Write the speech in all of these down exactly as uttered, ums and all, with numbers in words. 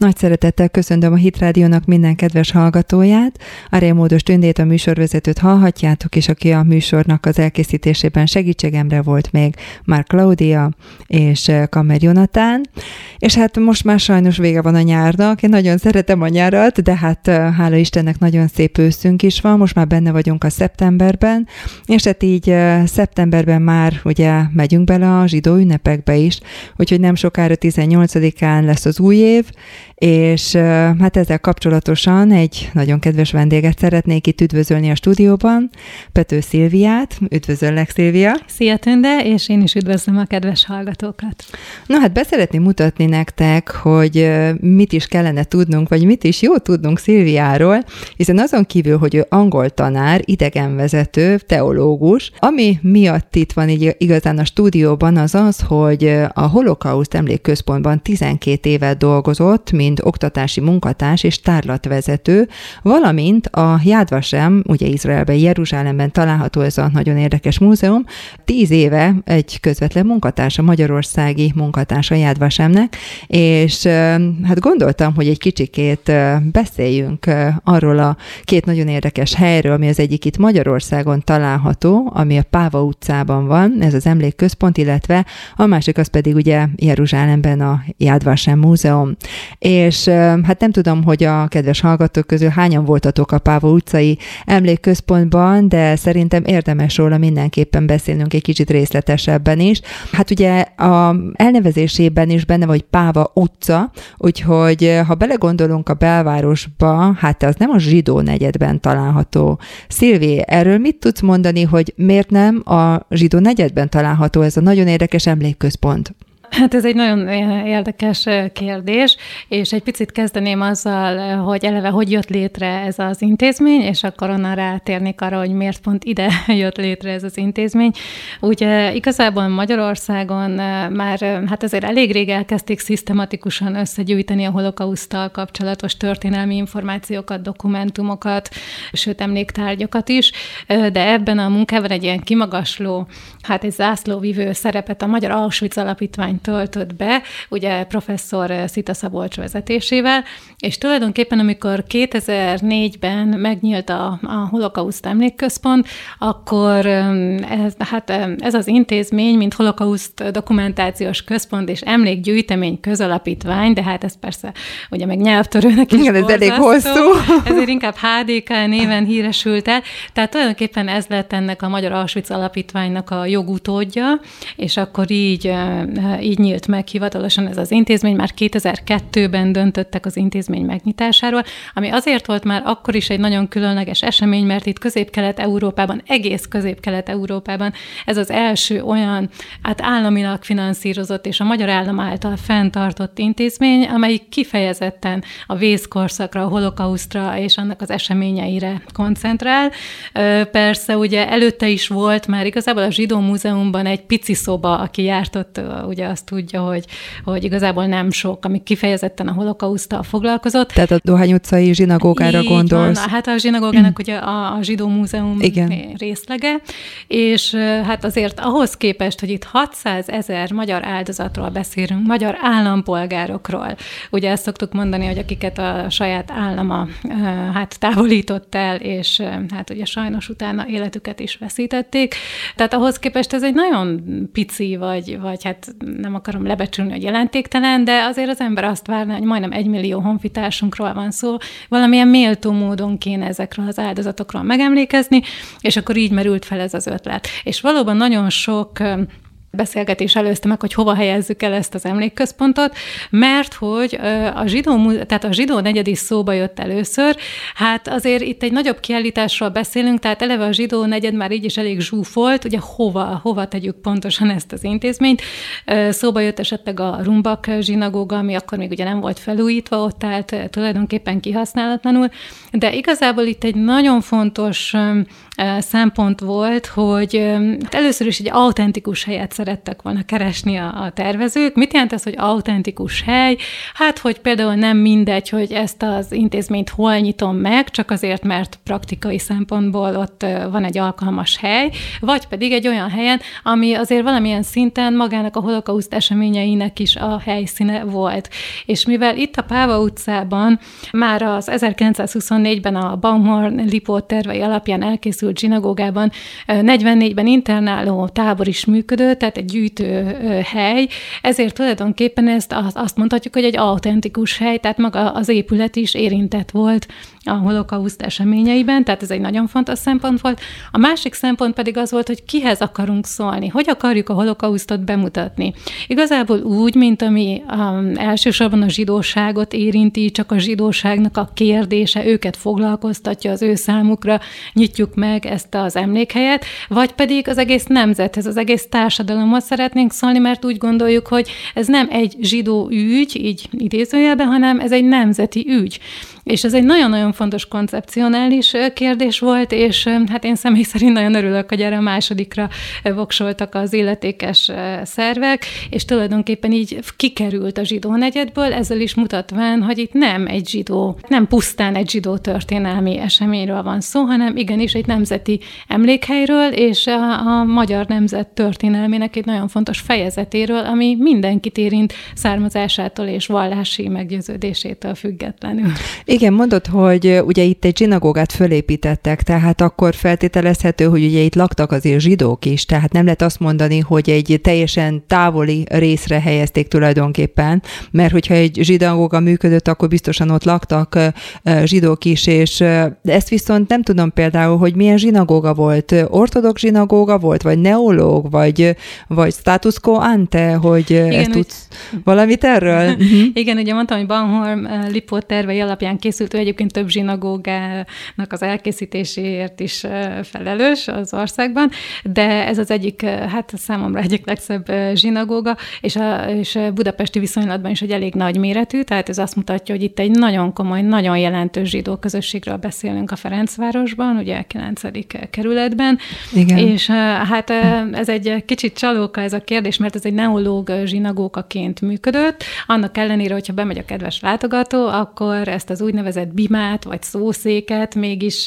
Nagy szeretettel köszöntöm a Hit Rádiónak minden kedves hallgatóját. Arél Módos Tündét, a műsorvezetőt hallhatjátok, és aki a műsornak az elkészítésében segítségemre volt még Már Klaudia és Kammer Jonatán. És hát most már sajnos vége van a nyárnak. Én nagyon szeretem a nyárat, de hát hála Istennek nagyon szép őszünk is van. Most már benne vagyunk a szeptemberben, és hát így szeptemberben már ugye megyünk bele a zsidó ünnepekbe is, úgyhogy nem sokára tizennyolcadikán lesz az új év, és hát ezzel kapcsolatosan egy nagyon kedves vendéget szeretnék itt üdvözölni a stúdióban, Pető Szilviát. Üdvözöllek, Szilvia! Szia, Tünde, és én is üdvözlöm a kedves hallgatókat! Na hát beszeretném mutatni nektek, hogy mit is kellene tudnunk, vagy mit is jó tudnunk Szilviáról, hiszen azon kívül, hogy ő angol tanár, idegenvezető, teológus, ami miatt itt van így igazán a stúdióban, az az, hogy a Holokauszt Emlékközpontban tizenkét évet dolgozott, mint oktatási munkatárs és tárlatvezető, valamint a Yad Vashem, ugye Izraelben, Jeruzsálemben található ez a nagyon érdekes múzeum, tíz éve egy közvetlen munkatársa, magyarországi munkatársa Yad Vashemnek, és hát gondoltam, hogy egy kicsikét beszéljünk arról a két nagyon érdekes helyről, ami az egyik itt Magyarországon található, ami a Páva utcában van, ez az emlékközpont, illetve a másik az pedig ugye Jeruzsálemben a Yad Vashem múzeum. És hát nem tudom, hogy a kedves hallgatók közül hányan voltatok a Páva utcai emlékközpontban, de szerintem érdemes róla mindenképpen beszélnünk egy kicsit részletesebben is. Hát ugye a elnevezésében is benne vagy Páva utca, úgyhogy ha belegondolunk a belvárosba, hát az nem a zsidó negyedben található. Szilvi, erről mit tudsz mondani, hogy miért nem a zsidó negyedben található ez a nagyon érdekes emlékközpont? Hát ez egy nagyon érdekes kérdés, és egy picit kezdeném azzal, hogy eleve hogy jött létre ez az intézmény, és akkor onnan rátérnék arra, hogy miért pont ide jött létre ez az intézmény. Ugye igazából Magyarországon már hát azért elég rég elkezdték szisztematikusan összegyűjteni a holokauszttal kapcsolatos történelmi információkat, dokumentumokat, sőt emléktárgyakat is, de ebben a munkában egy ilyen kimagasló, hát egy zászlóvivő szerepet a Magyar Auschwitz Alapítvány töltött be, ugye professzor Szita Szabolcs vezetésével, és tulajdonképpen amikor kétezer-négyben megnyílt a, a Holokauszt Emlékközpont, akkor ez, hát ez az intézmény, mint Holokauszt Dokumentációs Központ és Emlékgyűjtemény Közalapítvány, de hát ez persze ugye meg nyelvtörőnek is igen, ez elég hosszú. Ezért inkább há dé ká néven híresült el. Tehát tulajdonképpen ez lett ennek a Magyar Auschwitz Alapítványnak a jogutódja, és akkor így így nyílt meg hivatalosan ez az intézmény, már kétezer-kettőben döntöttek az intézmény megnyitásáról, ami azért volt már akkor is egy nagyon különleges esemény, mert itt Közép-Kelet-Európában, egész Közép-Kelet-Európában ez az első olyan hát államilag finanszírozott és a magyar állam által fenntartott intézmény, amelyik kifejezetten a vészkorszakra, a holokausztra és annak az eseményeire koncentrál. Persze ugye előtte is volt már igazából a Zsidó Múzeumban egy pici szoba, aki járt ott, ugye azt tudja, hogy, hogy igazából nem sok, ami kifejezetten a holokauszttal foglalkozott. Tehát a Dohány utcai zsinagógára így gondolsz. Van, hát a zsinagógának ugye a, a Zsidó Múzeum igen. részlege, és hát azért ahhoz képest, hogy itt hatszázezer magyar áldozatról beszélünk, magyar állampolgárokról, ugye ezt szoktuk mondani, hogy akiket a saját állama hát távolított el, és hát ugye sajnos utána életüket is veszítették. Tehát ahhoz képest ez egy nagyon pici, vagy, vagy hát nem akarom lebecsülni, hogy jelentéktelen, de azért az ember azt várna, hogy majdnem egymillió honfitársunkról van szó, valamilyen méltó módon kéne ezekről az áldozatokról megemlékezni, és akkor így merült fel ez az ötlet. És valóban nagyon sok beszélgetés előzte meg, hogy hova helyezzük el ezt az emlékközpontot, mert hogy a zsidó, tehát a zsidó negyed is szóba jött először, hát azért itt egy nagyobb kiállításról beszélünk, tehát eleve a zsidó negyed már így is elég zsúfolt, ugye hova, hova tegyük pontosan ezt az intézményt. Szóba jött esetleg a Rumbak zsinagóga, ami akkor még ugye nem volt felújítva, ott állt tulajdonképpen kihasználatlanul, de igazából itt egy nagyon fontos szempont volt, hogy először is egy autentikus helyet szerettek volna keresni a, a tervezők. Mit jelent ez, hogy autentikus hely? Hát, hogy például nem mindegy, hogy ezt az intézményt hol nyitom meg, csak azért, mert praktikai szempontból ott van egy alkalmas hely, vagy pedig egy olyan helyen, ami azért valamilyen szinten magának a holokauszt eseményeinek is a helyszíne volt. És mivel itt a Páva utcában már az ezerkilencszázhuszonnégyben a Baumhorn-Lipót tervei alapján elkészült zsinagógában negyvennégyben internáló tábor is működött, tehát egy gyűjtő hely, ezért tulajdonképpen ezt azt mondhatjuk, hogy egy autentikus hely, tehát maga az épület is érintett volt a holokauszt eseményeiben, tehát ez egy nagyon fontos szempont volt. A másik szempont pedig az volt, hogy kihez akarunk szólni, hogy akarjuk a holokausztot bemutatni. Igazából úgy, mint ami um, elsősorban a zsidóságot érinti, csak a zsidóságnak a kérdése, őket foglalkoztatja, az ő számukra nyitjuk meg ezt az emlékhelyet, vagy pedig az egész nemzethez, az egész társadalomhoz szeretnénk szólni, mert úgy gondoljuk, hogy ez nem egy zsidó ügy, így idézőjelben, hanem ez egy nemzeti ügy. És ez egy nagyon-nagyon fontos koncepcionális kérdés volt, és hát én személy szerint nagyon örülök, hogy erre a másodikra voksoltak az illetékes szervek, és tulajdonképpen így kikerült a zsidó negyedből, ezzel is mutatván, hogy itt nem egy zsidó, nem pusztán egy zsidó történelmi eseményről van szó, hanem igenis egy nemzeti emlékhelyről, és a, a magyar nemzet történelmének egy nagyon fontos fejezetéről, ami mindenkit érint származásától és vallási meggyőződésétől függetlenül. Igen, mondod, hogy ugye itt egy zsinagógát fölépítettek, tehát akkor feltételezhető, hogy ugye itt laktak azért zsidók is, tehát nem lehet azt mondani, hogy egy teljesen távoli részre helyezték tulajdonképpen, mert hogyha egy zsinagóga működött, akkor biztosan ott laktak zsidók is, és ezt viszont nem tudom például, hogy milyen zsinagóga volt, ortodox zsinagóga volt, vagy neológ, vagy, vagy status quo ante, hogy igen, ezt tudsz úgy... valamit erről? Igen, ugye mondtam, hogy Baumhorn-Lipót tervei alapján készült, ő egyébként több zsinagógának az elkészítéséért is felelős az országban, de ez az egyik, hát számomra egyik legszebb zsinagóga, és a és budapesti viszonylatban is egy elég nagy méretű, tehát ez azt mutatja, hogy itt egy nagyon komoly, nagyon jelentős zsidó közösségről beszélünk a Ferencvárosban, ugye a kilencedik kerületben, igen. És hát ez egy kicsit csalóka ez a kérdés, mert ez egy neológ zsinagógaként működött, annak ellenére, hogyha bemegy a kedves látogató, akkor ezt az úgynevezett bimát, vagy szószéket mégis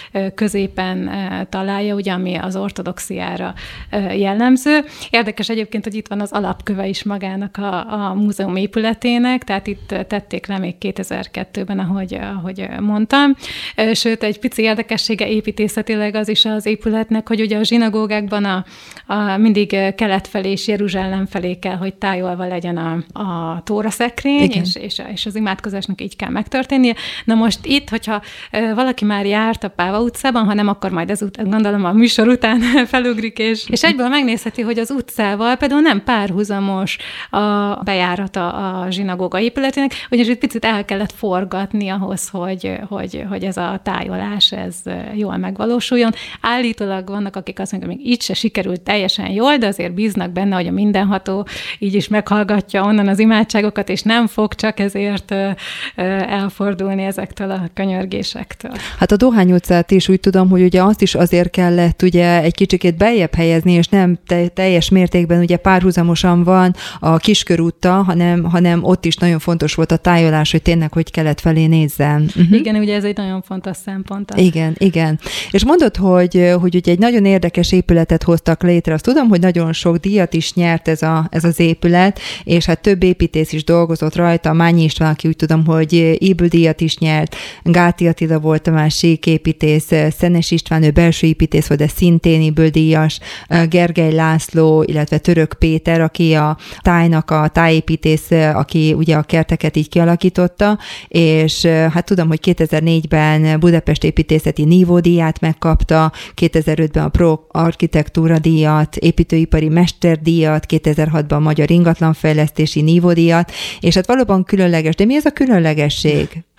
középen találja, ugye, ami az ortodoxiára jellemző. Érdekes egyébként, hogy itt van az alapköve is magának a, a múzeum épületének, tehát itt tették le még kétezer-kettőben, ahogy, ahogy mondtam. Sőt, egy pici érdekessége építészetileg az is az épületnek, hogy ugye a zsinagógákban a, a mindig kelet felé és Jeruzsálem felé kell, hogy tájolva legyen a, a tóraszekrény, és, és, és az imádkozásnak így kell megtörténnie. Na most itt, hogyha valaki már járt a Páva utcában, ha nem, akkor majd ezután, gondolom a műsor után felugrik, és, és egyből megnézheti, hogy az utcával például nem párhuzamos a bejárata a zsinagóga épületének, ugyanis itt picit el kellett forgatni ahhoz, hogy, hogy, hogy ez a tájolás ez jól megvalósuljon. Állítólag vannak, akik azt mondják, hogy még így se sikerült teljesen jól, de azért bíznak benne, hogy a mindenható így is meghallgatja onnan az imádságokat, és nem fog csak ezért elfordulni ezektől a könyörgésektől. Hát a Dohány utcát is úgy tudom, hogy ugye azt is azért kellett ugye egy kicsikét beljebb helyezni, és nem te- teljes mértékben ugye párhuzamosan van a Kiskörúttal, hanem, hanem ott is nagyon fontos volt a tájolás, hogy tényleg, hogy kelet felé nézzen. Uh-huh. Igen, ugye ez egy nagyon fontos szempont. Igen, igen. És mondod, hogy, hogy ugye egy nagyon érdekes épületet hoztak létre. Azt tudom, hogy nagyon sok díjat is nyert ez, a, ez az épület, és hát több építész is dolgozott rajta. Mányi István, aki úgy tudom, hogy Ébül díjat is nyert, Gáti Attila volt a másik építész, Szenes István, ő belső építész volt, de szintén Ébül díjas, Gergely László, illetve Török Péter, aki a tájnak a tájépítész, aki ugye a kerteket így kialakította, és hát tudom, hogy kétezer-négyben Budapest építészeti nívódíját megkapta, kétezer-ötben a Pro Architectura díjat, építőipari mesterdíjat, kétezer-hatban Magyar Ingatlanfejlesztési nívódíjat, és hát valóban különleges. De mi ez a különlegesség?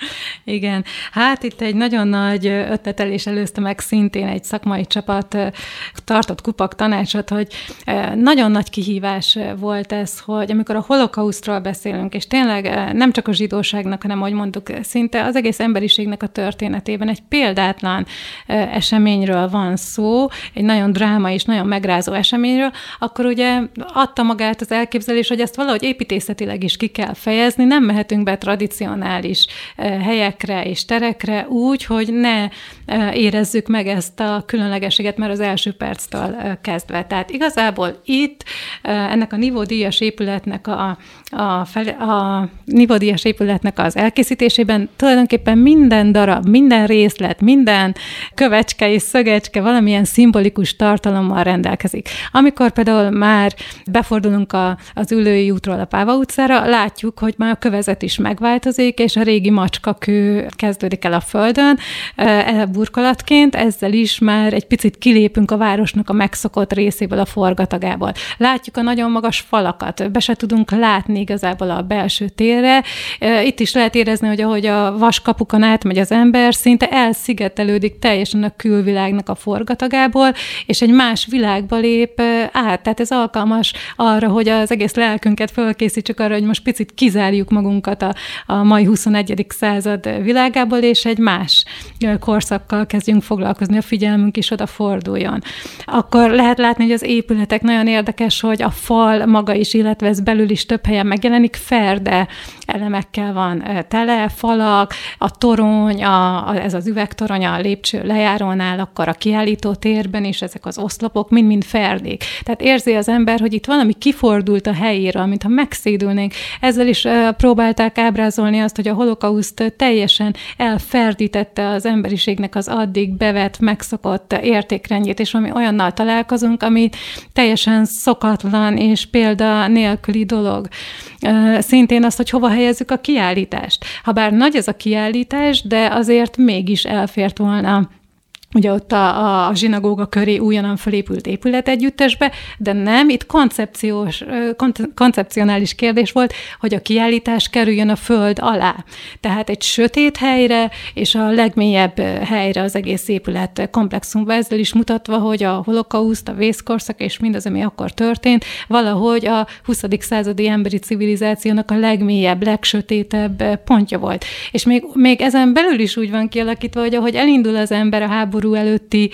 Igen, hát itt egy nagyon nagy ötletelés előzte meg szintén egy szakmai csapat tartott kupak tanácsot, hogy nagyon nagy kihívás volt ez, hogy amikor a holokausztról beszélünk, és tényleg nem csak a zsidóságnak, hanem ahogy mondtuk, szinte az egész emberiségnek a történetében egy példátlan eseményről van szó, egy nagyon dráma és nagyon megrázó eseményről, akkor ugye adta magát az elképzelés, hogy ezt valahogy építészetileg is ki kell fejezni, nem mehetünk be tradicionális helyekre és terekre úgy, hogy ne érezzük meg ezt a különlegességet már az első perctől kezdve. Tehát igazából itt ennek a nívódíjas épületnek a, a, fel, a nívódíjas épületnek az elkészítésében tulajdonképpen minden darab, minden részlet, minden kövecske és szögecske valamilyen szimbolikus tartalommal rendelkezik. Amikor például már befordulunk a, az Üllői útról a Páva utcára, látjuk, hogy már a kövezet is megváltozik, és a régi macskakő kezdődik el a földön e, burkolatként, ezzel is már egy picit kilépünk a városnak a megszokott részéből, a forgatagából. Látjuk a nagyon magas falakat, be se tudunk látni igazából a belső térre. Itt is lehet érezni, hogy ahogy a vaskapukon átmegy az ember, szinte elszigetelődik teljesen a külvilágnak a forgatagából, és egy más világba lép át. Tehát ez alkalmas arra, hogy az egész lelkünket fölkészítsük arra, hogy most picit kizárjuk magunkat a, a mai huszonegyedik század világából, és egy más korszakkal kezdjünk foglalkozni, a figyelmünk is oda forduljon. Akkor lehet látni, hogy az épületek nagyon érdekes, hogy a fal maga is, illetve ez belül is több helyen megjelenik, ferde elemekkel van tele, falak, a torony, a, a, ez az üvegtorony a lépcső lejárónál, akkor a kiállító térben is ezek az oszlopok mind-mind ferdék. Tehát érzi az ember, hogy itt valami kifordult a helyéről, mintha megszédülnénk. Ezzel is uh, próbálták ábrázolni azt, hogy a holokauszt teljesen elferdítette az emberiségnek az addig bevett, megszokott értékrendjét, és valami olyannal találkozunk, ami teljesen szokatlan és példa nélküli dolog. Uh, szintén azt, hogy hova helyezzük a kiállítást. Habár nagy ez a kiállítás, de azért mégis elfért volna ugye ott a, a zsinagóga köré újonnan felépült épület együttesbe, de nem, itt koncepciós, koncepcionális kérdés volt, hogy a kiállítás kerüljön a föld alá. Tehát egy sötét helyre, és a legmélyebb helyre az egész épület komplexumban, ezzel is mutatva, hogy a holokauszt, a vészkorszak és mindaz, ami akkor történt, valahogy a huszadik századi emberi civilizációnak a legmélyebb, legsötétebb pontja volt. És még, még ezen belül is úgy van kialakítva, hogy ahogy elindul az ember a háború előtti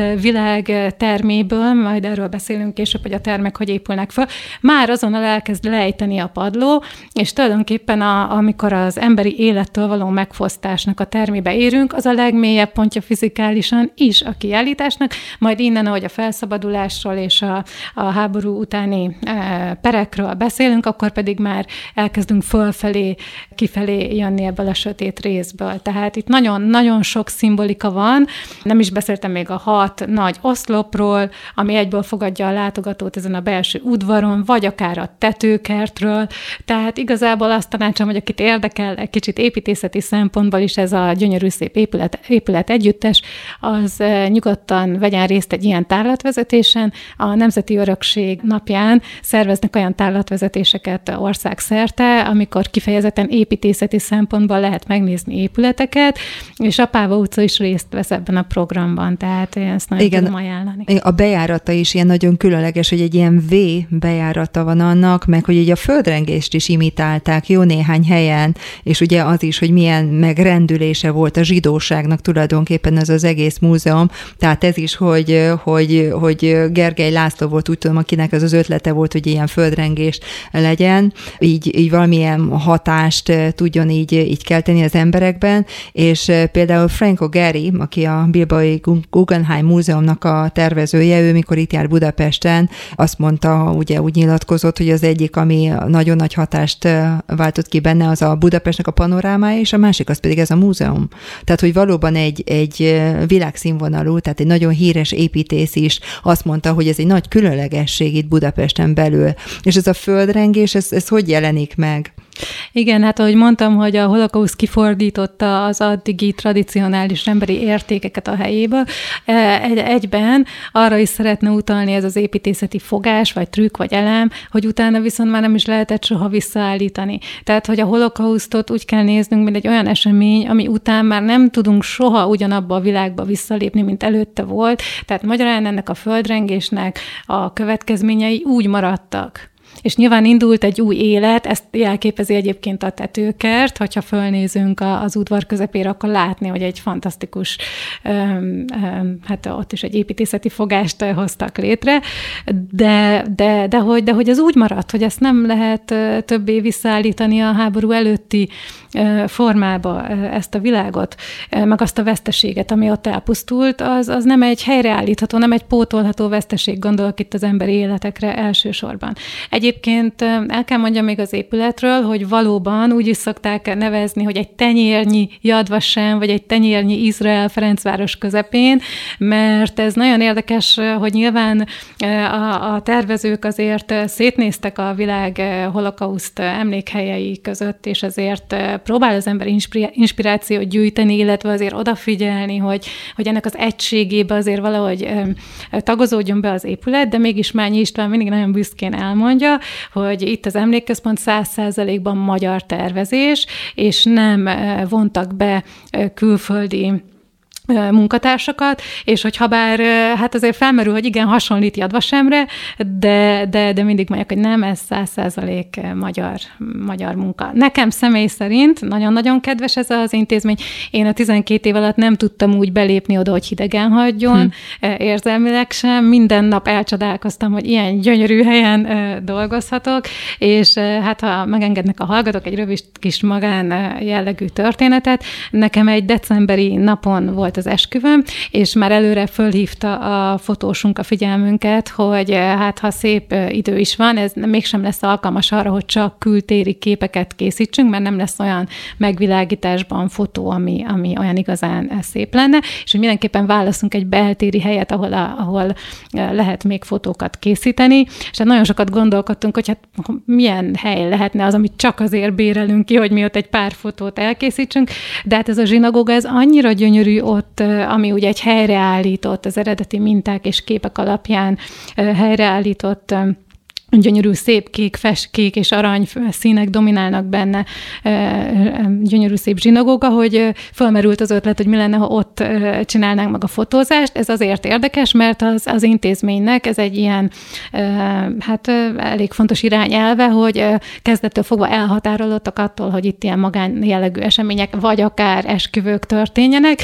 világ terméből, majd erről beszélünk később, hogy a termek hogy épülnek föl, már azonnal elkezd lejteni a padló, és tulajdonképpen a, amikor az emberi élettől való megfosztásnak a termébe érünk, az a legmélyebb pontja fizikálisan is a kiállításnak, majd innen, ahogy a felszabadulásról és a, a háború utáni e, perekről beszélünk, akkor pedig már elkezdünk fölfelé, kifelé jönni ebből a sötét részből. Tehát itt nagyon-nagyon sok szimbolika van. Nem is beszéltem még a hat nagy oszlopról, ami egyből fogadja a látogatót ezen a belső udvaron, vagy akár a tetőkertről. Tehát igazából azt tanácsom, hogy akit érdekel egy kicsit építészeti szempontból is ez a gyönyörű szép épület, épület együttes, az nyugodtan vegyen részt egy ilyen tárlatvezetésen. A Nemzeti Örökség napján szerveznek olyan tárlatvezetéseket országszerte, amikor kifejezetten építészeti szempontból lehet megnézni épületeket, és a Páva utca is részt vesz ebben a programban, tehát én ezt nagyon igen, tudom ajánlani. A bejárata is ilyen nagyon különleges, hogy egy ilyen V bejárata van annak, meg hogy ugye a földrengést is imitálták jó néhány helyen, és ugye az is, hogy milyen megrendülése volt a zsidóságnak tulajdonképpen ez az egész múzeum, tehát ez is, hogy, hogy, hogy Gergely László volt, úgy tudom, akinek ez az ötlete volt, hogy ilyen földrengés legyen, így, így valamilyen hatást tudjon így, így kelteni az emberekben, és például Franco Gehry, aki a Bilbaui Guggenheim Múzeumnak a tervezője, ő mikor itt jár Budapesten, azt mondta, ugye úgy nyilatkozott, hogy az egyik, ami nagyon nagy hatást váltott ki benne, az a Budapestnek a panorámája, és a másik az pedig ez a múzeum. Tehát, hogy valóban egy, egy világszínvonalú, tehát egy nagyon híres építész is azt mondta, hogy ez egy nagy különlegesség itt Budapesten belül. És ez a földrengés, ez, ez hogy jelenik meg? Igen, hát ahogy mondtam, hogy a holokauszt kifordította az addigi tradicionális emberi értékeket a helyébe, egy, egyben arra is szeretne utalni ez az építészeti fogás, vagy trükk, vagy elem, hogy utána viszont már nem is lehetett soha visszaállítani. Tehát, hogy a holokausztot úgy kell néznünk, mint egy olyan esemény, ami után már nem tudunk soha ugyanabba a világba visszalépni, mint előtte volt. Tehát magyarán ennek a földrengésnek a következményei úgy maradtak. És nyilván indult egy új élet, ezt jelképezi egyébként a tetőkert, hogyha fölnézünk az udvar közepére, akkor látni, hogy egy fantasztikus, hát ott is egy építészeti fogást hoztak létre, de, de, de, hogy, de hogy ez úgy maradt, hogy ezt nem lehet többé visszaállítani a háború előtti formába, ezt a világot, meg azt a veszteséget, ami ott elpusztult, az, az nem egy helyreállítható, nem egy pótolható veszteség, gondolok itt az emberi életekre elsősorban. Egyébként el kell mondjam még az épületről, hogy valóban úgy is szokták nevezni, hogy egy tenyérnyi Yad Vashem, vagy egy tenyérnyi Izrael Ferencváros közepén, mert ez nagyon érdekes, hogy nyilván a, a tervezők azért szétnéztek a világ holokauszt emlékhelyei között, és azért próbál az ember inspirációt gyűjteni, illetve azért odafigyelni, hogy, hogy ennek az egységébe azért valahogy tagozódjon be az épület, de mégis Mányi István mindig nagyon büszkén elmondja, hogy itt az emlékközpont száz százalékban magyar tervezés, és nem vontak be külföldi munkatársakat, és hogy habár hát azért felmerül, hogy igen, hasonlít Yad Vashemre, de, de, de mindig mondják, hogy nem, ez száz százalék magyar, magyar munka. Nekem személy szerint nagyon-nagyon kedves ez az intézmény. Én a tizenkét év alatt nem tudtam úgy belépni oda, hogy hidegen hagyjon, hm. érzelmileg sem. Minden nap elcsodálkoztam, hogy ilyen gyönyörű helyen dolgozhatok, és hát ha megengednek a hallgatók egy rövid kis magán jellegű történetet, nekem egy decemberi napon volt az esküvőm, és már előre fölhívta a fotósunk a figyelmünket, hogy hát ha szép idő is van, ez mégsem lesz alkalmas arra, hogy csak kültéri képeket készítsünk, mert nem lesz olyan megvilágításban fotó, ami, ami olyan igazán szép lenne, és hogy mindenképpen válaszunk egy beltéri helyet, ahol, a, ahol lehet még fotókat készíteni, és hát nagyon sokat gondolkodtunk, hogy hát milyen hely lehetne az, amit csak azért bérelünk ki, hogy mi ott egy pár fotót elkészítsünk, de hát ez a zsinagóga, ez annyira gyönyörű ott, ami ugye egy helyreállított, az eredeti minták és képek alapján helyreállított gyönyörű szép kék, festkék és arany színek dominálnak benne, gyönyörű szép zsinagóga, hogy fölmerült az ötlet, hogy mi lenne, ha ott csinálnánk meg a fotózást. Ez azért érdekes, mert az, az intézménynek ez egy ilyen, hát elég fontos irányelve, hogy kezdettől fogva elhatárolódtak attól, hogy itt ilyen magánjellegű események, vagy akár esküvők történjenek.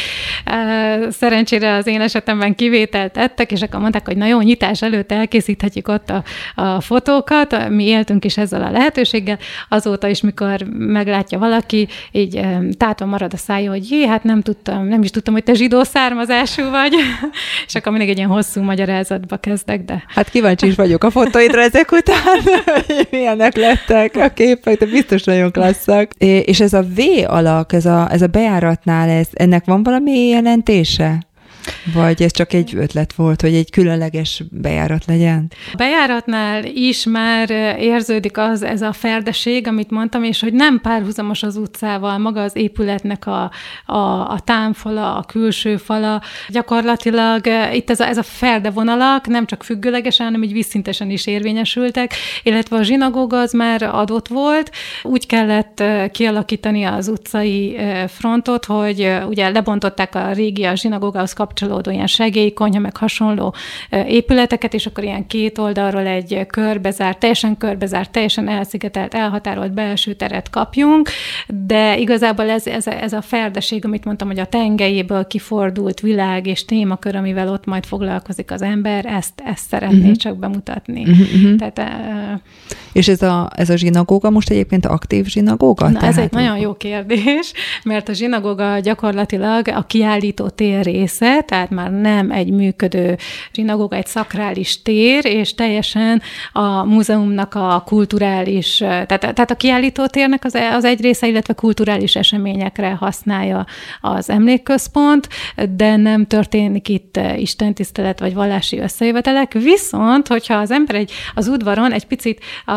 Szerencsére az én esetemben kivételt tettek, és akkor mondták, hogy na jó, nyitás előtt elkészíthetjük ott a, a fotókat, mi éltünk is ezzel a lehetőséggel, azóta is, mikor meglátja valaki, így tátva marad a szája, hogy jé, hát nem tudtam, nem is tudtam, hogy te zsidó származású vagy, és akkor mindig egy ilyen hosszú magyarázatba kezdek, de... Hát kíváncsi is vagyok a fotóidra ezek után, hogy milyenek lettek a képek, de biztos nagyon klasszak. És ez a V alak, ez a, ez a bejáratnál, ez, ennek van valami jelentése? Vagy ez csak egy ötlet volt, hogy egy különleges bejárat legyen? A bejáratnál is már érződik az, ez a ferdeség, amit mondtam, és hogy nem párhuzamos az utcával, maga az épületnek a, a, a támfala, a külső fala. Gyakorlatilag itt ez a, ez a ferdevonalak nem csak függőlegesen, hanem így vízszintesen is érvényesültek, illetve a zsinagóga az már adott volt. Úgy kellett kialakítani az utcai frontot, hogy ugye lebontották a régi a zsinagógához kapcsolódó ilyen segélykonyha, meg hasonló épületeket, és akkor ilyen két oldalról egy körbezárt, teljesen körbezárt, teljesen elszigetelt, elhatárolt belső teret kapjunk, de igazából ez, ez, ez a ferdeség, amit mondtam, hogy a tengelyéből kifordult világ és témakör, amivel ott majd foglalkozik az ember, ezt, ezt szeretné uh-huh. csak bemutatni. Uh-huh. Tehát, uh, és ez a, ez a zsinagóga most egyébként aktív zsinagóga? Na, ez egy nagyon jó kérdés, mert a zsinagóga gyakorlatilag a kiállító tér része, tehát már nem egy működő zsinagóga, egy szakrális tér, és teljesen a múzeumnak a kulturális, tehát, tehát a kiállító térnek az, az egy része, illetve kulturális eseményekre használja az emlékközpont, de nem történik itt istentisztelet vagy vallási összejövetelek, viszont, hogyha az ember egy, az udvaron egy picit a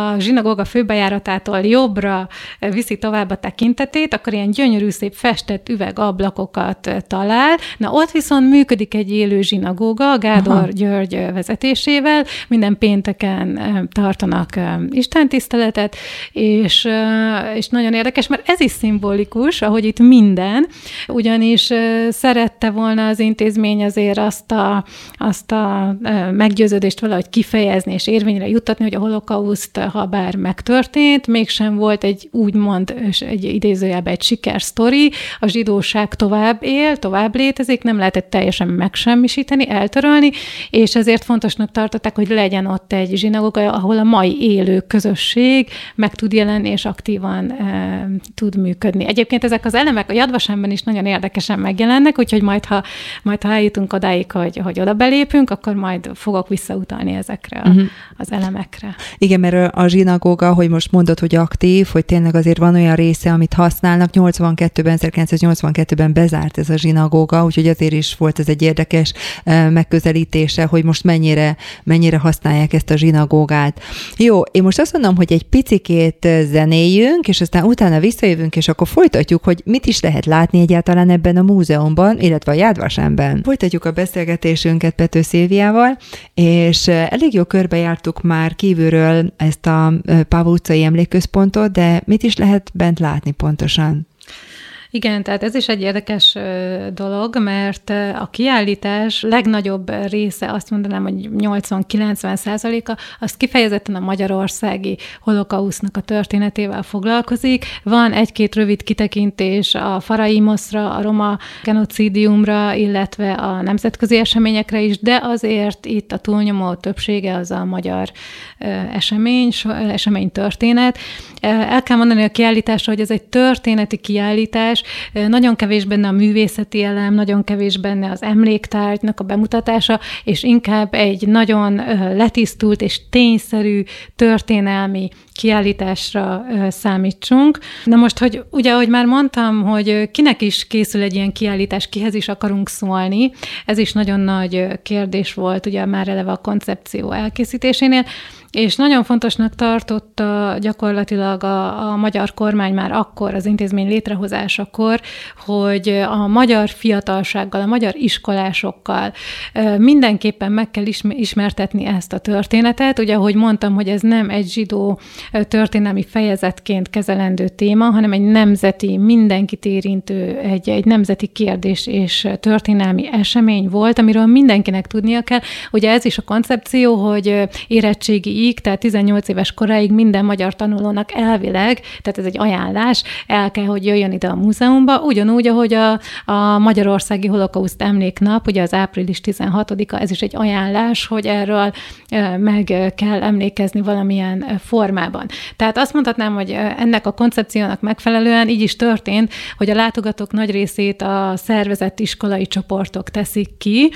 a zsinagóga főbejáratától jobbra viszi tovább a tekintetét, akkor ilyen gyönyörű szép festett üvegablakokat talál. Na ott viszont működik egy élő zsinagóga, Gádor Aha. György vezetésével, minden pénteken tartanak istentiszteletet, és, és nagyon érdekes, mert ez is szimbolikus, ahogy itt minden, ugyanis szerette volna az intézmény azért azt a, azt a meggyőződést valahogy kifejezni és érvényre juttatni, hogy a holokauszt, ha bár megtörtént, mégsem volt egy úgymond, egy idézőjelben egy sikersztori, a zsidóság tovább él, tovább létezik, nem lehetett teljesen megsemmisíteni, eltörölni, és ezért fontosnak tartották, hogy legyen ott egy zsinagóga, ahol a mai élő közösség meg tud jelenni, és aktívan e, tud működni. Egyébként ezek az elemek a Yad Vashemben is nagyon érdekesen megjelennek, úgyhogy majd, ha, majd, ha eljutunk odáig, hogy, hogy oda belépünk, akkor majd fogok visszautalni ezekre a, uh-huh. az elemekre. Igen, mert a zsinagóga, hogy most mondod, hogy aktív, hogy tényleg azért van olyan része, amit használnak. nyolcvankettőben, ezerkilencszáznyolcvankettőben bezárt ez a zsinagóga, úgyhogy azért is volt ez egy érdekes megközelítése, hogy most mennyire, mennyire használják ezt a zsinagógát. Jó, én most azt mondom, hogy egy picikét zenéljünk, és aztán utána visszajövünk, és akkor folytatjuk, hogy mit is lehet látni egyáltalán ebben a múzeumban, illetve a Yad Vashemben. Folytatjuk a beszélgetésünket Pető Szilviával, és elég jó körbejártuk már kívülről ezt a Páva utcai emlékközpontot, de mit is lehet bent látni pontosan? Igen, tehát ez is egy érdekes dolog, mert a kiállítás legnagyobb része, azt mondanám, hogy nyolcvan-kilencven százaléka, az kifejezetten a magyarországi holokausznak a történetével foglalkozik. Van egy-két rövid kitekintés a Faraimoszra, a roma genocidiumra, illetve a nemzetközi eseményekre is, de azért itt a túlnyomó többsége az a magyar esemény, esemény történet. El kell mondani a kiállításra, hogy ez egy történeti kiállítás, nagyon kevés benne a művészeti elem, nagyon kevés benne az emléktárgynak a bemutatása, és inkább egy nagyon letisztult és tényszerű történelmi kiállításra számítsunk. Na most, hogy ugye, ahogy már mondtam, hogy kinek is készül egy ilyen kiállítás, kihez is akarunk szólni, ez is nagyon nagy kérdés volt, ugye már eleve a koncepció elkészítésénél, és nagyon fontosnak tartotta gyakorlatilag a, a magyar kormány már akkor, az intézmény létrehozásakor, hogy a magyar fiatalsággal, a magyar iskolásokkal mindenképpen meg kell ismertetni ezt a történetet. Ugye, ahogy mondtam, hogy ez nem egy zsidó történelmi fejezetként kezelendő téma, hanem egy nemzeti, mindenkit érintő, egy, egy nemzeti kérdés és történelmi esemény volt, amiről mindenkinek tudnia kell. Ugye ez is a koncepció, hogy érettségi tehát tizennyolc éves koráig minden magyar tanulónak elvileg, tehát ez egy ajánlás, el kell, hogy jöjjön ide a múzeumba, ugyanúgy, ahogy a, a Magyarországi Holokauszt Emléknap, ugye az április tizenhatodika, ez is egy ajánlás, hogy erről meg kell emlékezni valamilyen formában. Tehát azt mondhatnám, hogy ennek a koncepciónak megfelelően így is történt, hogy a látogatók nagy részét a szervezett iskolai csoportok teszik ki,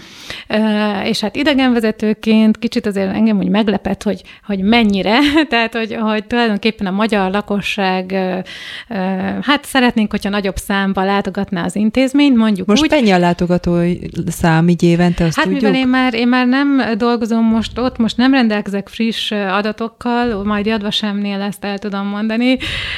és hát idegenvezetőként kicsit azért engem úgy meglepett, hogy hogy mennyire, tehát hogy, hogy tulajdonképpen a magyar lakosság, hát szeretnénk, hogyha nagyobb számban látogatná az intézményt, mondjuk most úgy. Most mennyi a látogató szám így évente, azt hát tudjuk? mivel én már, én már nem dolgozom most ott, most nem rendelkezek friss adatokkal, majd Yad Vashemnél ezt el tudom mondani,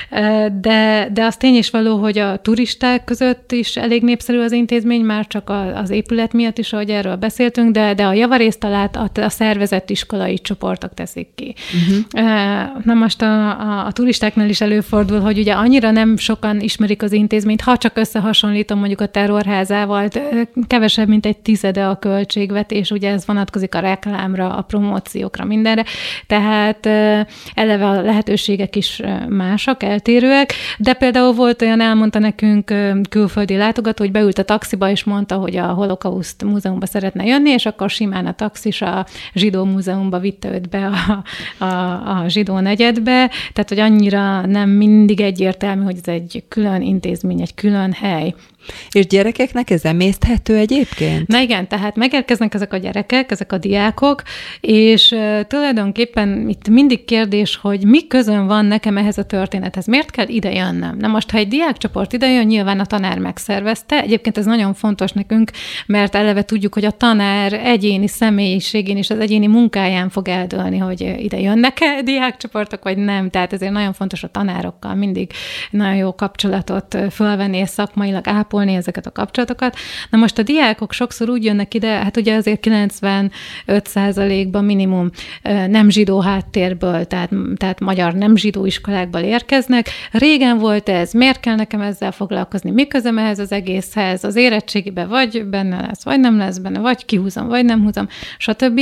de, de az tény is való, hogy a turisták között is elég népszerű az intézmény, már csak a, az épület miatt is, ahogy erről beszéltünk, de, de a javarészt a, a, a szervezett iskolai csoportok teszik ki. Uh-huh. Na most a, a, a turistáknál is előfordul, hogy ugye annyira nem sokan ismerik az intézményt, ha csak összehasonlítom mondjuk a terrorházával, kevesebb, mint egy tizede a költségvetés, ugye ez vonatkozik a reklámra, a promóciókra, mindenre, tehát eleve a lehetőségek is másak, eltérőek, de például volt olyan, elmondta nekünk külföldi látogató, hogy beült a taxiba, és mondta, hogy a Holokauszt múzeumba szeretne jönni, és akkor simán a taxis a zsidó múzeumba vitte őt be a, a, a zsidó negyedbe, tehát hogy annyira nem mindig egyértelmű, hogy ez egy külön intézmény, egy külön hely. És gyerekeknek ez emészthető egyébként? Na igen, tehát megérkeznek ezek a gyerekek, ezek a diákok, és uh, tulajdonképpen itt mindig kérdés, hogy mi közön van nekem ehhez a történethez, miért kell ide jönnöm? Na most, ha egy diákcsoport ide jön, nyilván a tanár megszervezte, egyébként ez nagyon fontos nekünk, mert eleve tudjuk, hogy a tanár egyéni személyiségén és az egyéni munkáján fog eldőlni, hogy hogy ide jönnek-e diákcsoportok, vagy nem. Tehát ezért nagyon fontos a tanárokkal mindig nagyon jó kapcsolatot fölvenni, és szakmailag ápolni ezeket a kapcsolatokat. Na most a diákok sokszor úgy jönnek ide, hát ugye azért kilencvenöt százalékban minimum nem zsidó háttérből, tehát, tehát magyar nem zsidó iskolákból érkeznek. Régen volt ez, miért kell nekem ezzel foglalkozni, mi közöm ehhez az egészhez, az érettségiben vagy benne lesz, vagy nem lesz benne, vagy kihúzom, vagy nem húzom, stb.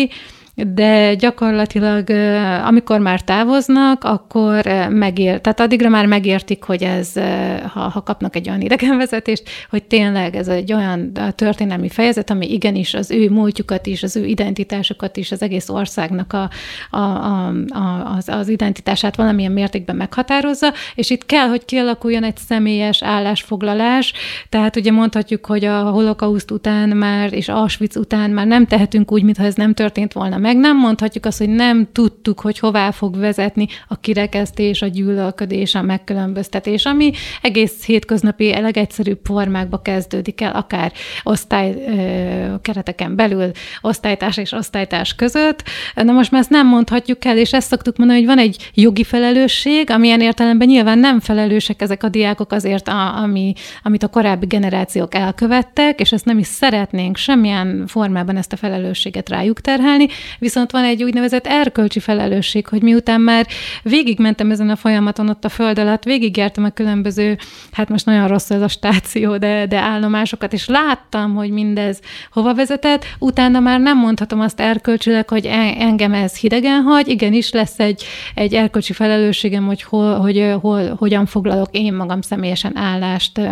De gyakorlatilag, amikor már távoznak, akkor megér, tehát addigra már megértik, hogy ez, ha, ha kapnak egy olyan idegenvezetést, hogy tényleg ez egy olyan történelmi fejezet, ami igenis az ő múltjukat is, az ő identitásukat is, az egész országnak a, a, a, a, az, az identitását valamilyen mértékben meghatározza, és itt kell, hogy kialakuljon egy személyes állásfoglalás, tehát ugye mondhatjuk, hogy a holokauszt után már, és Auschwitz után már nem tehetünk úgy, mintha ez nem történt volna meg, nem mondhatjuk azt, hogy nem tudtuk, hogy hová fog vezetni a kirekesztés, a gyűlölködés, a megkülönböztetés, ami egész hétköznapi, legegyszerűbb formákba kezdődik el, akár osztály kereteken belül, osztálytárs és osztálytárs között. Na most már ezt nem mondhatjuk el, és ezt szoktuk mondani, hogy van egy jogi felelősség, amilyen értelemben nyilván nem felelősek ezek a diákok azért, a, ami, amit a korábbi generációk elkövettek, és ezt nem is szeretnénk semmilyen formában ezt a felelősséget rájuk terhelni, viszont van egy úgynevezett erkölcsi felelősség, hogy miután már végigmentem ezen a folyamaton ott a föld alatt, végigjártam a különböző, hát most nagyon rossz ez a stáció, de, de állomásokat, és láttam, hogy mindez hova vezetett, utána már nem mondhatom azt erkölcsileg, hogy engem ez hidegen hagy, igenis lesz egy, egy erkölcsi felelősségem, hogy, hol, hogy hol, hogyan foglalok én magam személyesen állást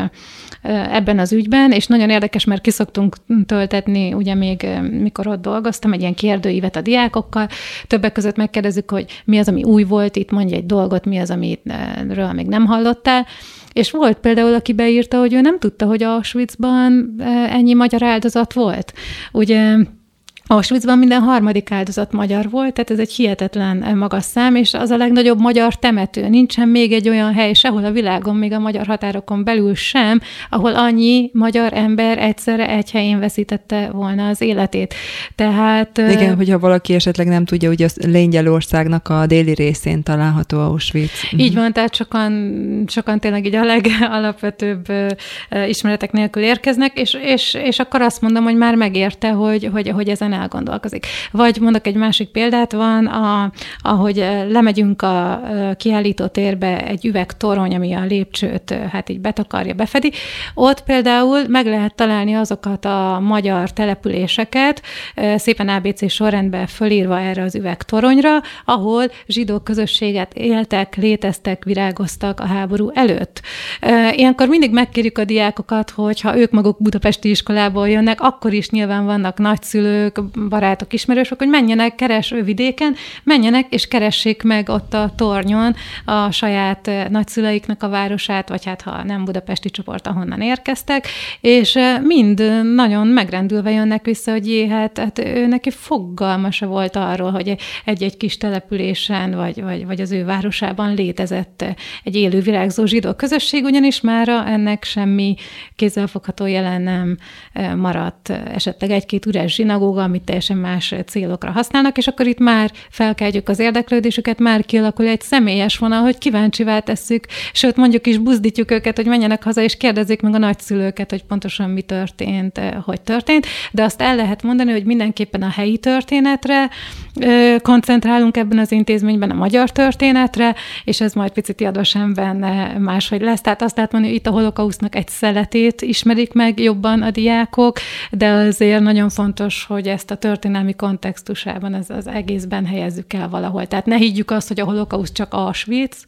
ebben az ügyben, és nagyon érdekes, mert ki szoktunk töltetni, ugye még mikor ott dolgoztam, egy ilyen kérdőívet a diákokkal, többek között megkérdezzük, hogy mi az, ami új volt, itt mondja egy dolgot, mi az, amiről még nem hallottál, és volt például, aki beírta, hogy ő nem tudta, hogy Auschwitzban ennyi magyar áldozat volt. Ugye Auschwitzban minden harmadik áldozat magyar volt, tehát ez egy hihetetlen magas szám, és az a legnagyobb magyar temető. Nincsen még egy olyan hely sehol a világon, még a magyar határokon belül sem, ahol annyi magyar ember egyszerre egy helyén veszítette volna az életét. Tehát... Igen, hogyha valaki esetleg nem tudja, ugye Lengyelországnak a déli részén található Auschwitz. Így van, tehát sokan, sokan tényleg így a legalapvetőbb ismeretek nélkül érkeznek, és, és, és akkor azt mondom, hogy már megérte, hogy, hogy, hogy ezen elgondolkozik. Vagy mondok egy másik példát, van, a, ahogy lemegyünk a kiállító térbe egy üvegtorony, ami a lépcsőt hát így betakarja, befedi. Ott például meg lehet találni azokat a magyar településeket, szépen á bé cé sorrendben fölírva erre az üvegtoronyra, ahol zsidó közösséget éltek, léteztek, virágoztak a háború előtt. Ilyenkor mindig megkérjük a diákokat, hogy ha ők maguk budapesti iskolából jönnek, akkor is nyilván vannak nagyszülők, barátok, ismerősök, hogy menjenek keresővidéken, menjenek és keressék meg ott a tornyon a saját nagyszüleiknek a városát, vagy hát ha nem budapesti csoport, ahonnan érkeztek, és mind nagyon megrendülve jönnek vissza, hogy jé, hát, hát ő neki fogalma se volt arról, hogy egy-egy kis településen, vagy, vagy, vagy az ő városában létezett egy élő virágzó zsidó közösség, ugyanis mára ennek semmi kézzelfogható jelen nem maradt. Esetleg egy-két üres zsinagóga, amit teljesen más célokra használnak, és akkor itt már felkeltjük az érdeklődésüket, már kialakul egy személyes vonal, hogy kíváncsivá tesszük, sőt mondjuk is buzdítjuk őket, hogy menjenek haza, és kérdezzék meg a nagyszülőket, hogy pontosan mi történt, hogy történt, de azt el lehet mondani, hogy mindenképpen a helyi történetre koncentrálunk ebben az intézményben, a magyar történetre, és ez majd picit Yad Vashemben máshogy lesz. Tehát azt lehet mondani, hogy itt a holokausztnak egy szeletét ismerik meg jobban a diákok, de azért nagyon fontos, hogy ezt a történelmi kontextusában, az, az egészben helyezzük el valahol. Tehát ne higgyük azt, hogy a holokauszt csak Auschwitz,